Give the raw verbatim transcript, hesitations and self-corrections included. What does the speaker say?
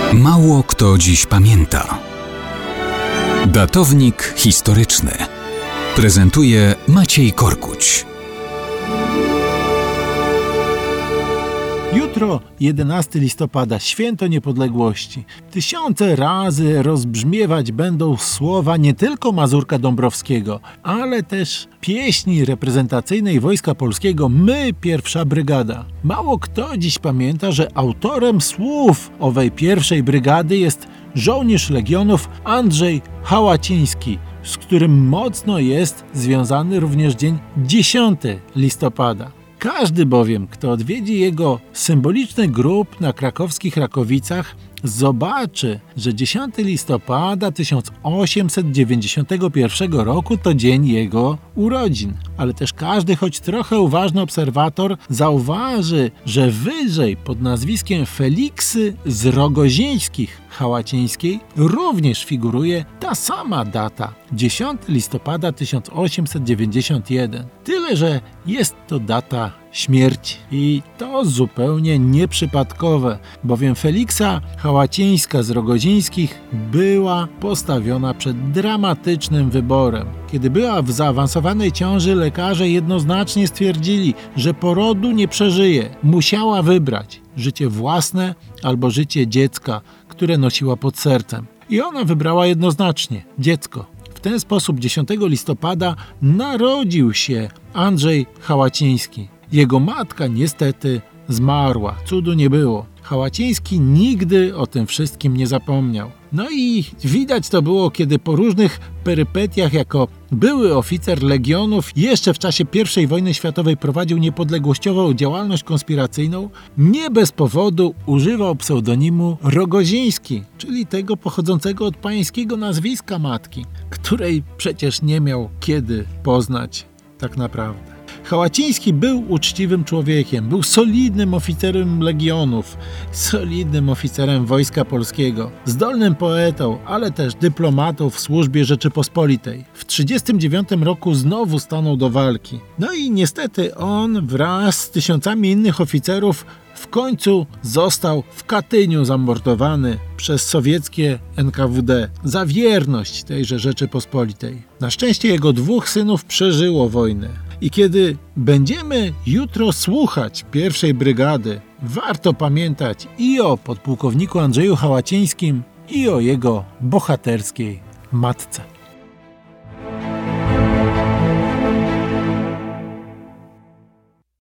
Mało kto dziś pamięta. Datownik historyczny prezentuje Maciej Korkuć. Jutro, jedenastego listopada, święto niepodległości. Tysiące razy rozbrzmiewać będą słowa nie tylko Mazurka Dąbrowskiego, ale też pieśni reprezentacyjnej Wojska Polskiego My, pierwsza brygada. Mało kto dziś pamięta, że autorem słów owej pierwszej brygady jest żołnierz Legionów Andrzej Hałaciński, z którym mocno jest związany również dzień dziesiątego listopada. Każdy bowiem, kto odwiedzi jego symboliczny grób na krakowskich Rakowicach, zobaczy, że dziesiątego listopada tysiąc osiemset dziewięćdziesiątego pierwszego roku to dzień jego urodzin. Ale też każdy, choć trochę uważny obserwator, zauważy, że wyżej pod nazwiskiem Feliksy z Rogozińskich Hałacińskiej również figuruje ta sama data, dziesiątego listopada tysiąc osiemset dziewięćdziesiątego pierwszego. Tyle, że jest to data śmierci. I to zupełnie nieprzypadkowe, bowiem Feliksa Hałacińska z Rogozińskich była postawiona przed dramatycznym wyborem. Kiedy była w zaawansowanej ciąży, lekarze jednoznacznie stwierdzili, że porodu nie przeżyje. Musiała wybrać życie własne albo życie dziecka, które nosiła pod sercem. I ona wybrała jednoznacznie dziecko. W ten sposób dziesiątego listopada narodził się Andrzej Hałaciński. Jego matka niestety zmarła, cudu nie było. Hałaciński nigdy o tym wszystkim nie zapomniał. No i widać to było, kiedy po różnych perypetiach jako były oficer Legionów jeszcze w czasie pierwszej wojny światowej prowadził niepodległościową działalność konspiracyjną, nie bez powodu używał pseudonimu Rogoziński, czyli tego pochodzącego od pańskiego nazwiska matki, której przecież nie miał kiedy poznać tak naprawdę. Hałaciński był uczciwym człowiekiem, był solidnym oficerem Legionów, solidnym oficerem Wojska Polskiego, zdolnym poetą, ale też dyplomatą w służbie Rzeczypospolitej. W tysiąc dziewięćset trzydziestym dziewiątym roku znowu stanął do walki. No i niestety on wraz z tysiącami innych oficerów w końcu został w Katyniu zamordowany przez sowieckie N K W D za wierność tejże Rzeczypospolitej. Na szczęście jego dwóch synów przeżyło wojnę. I kiedy będziemy jutro słuchać pierwszej brygady, warto pamiętać i o podpułkowniku Andrzeju Hałacińskim, i o jego bohaterskiej matce.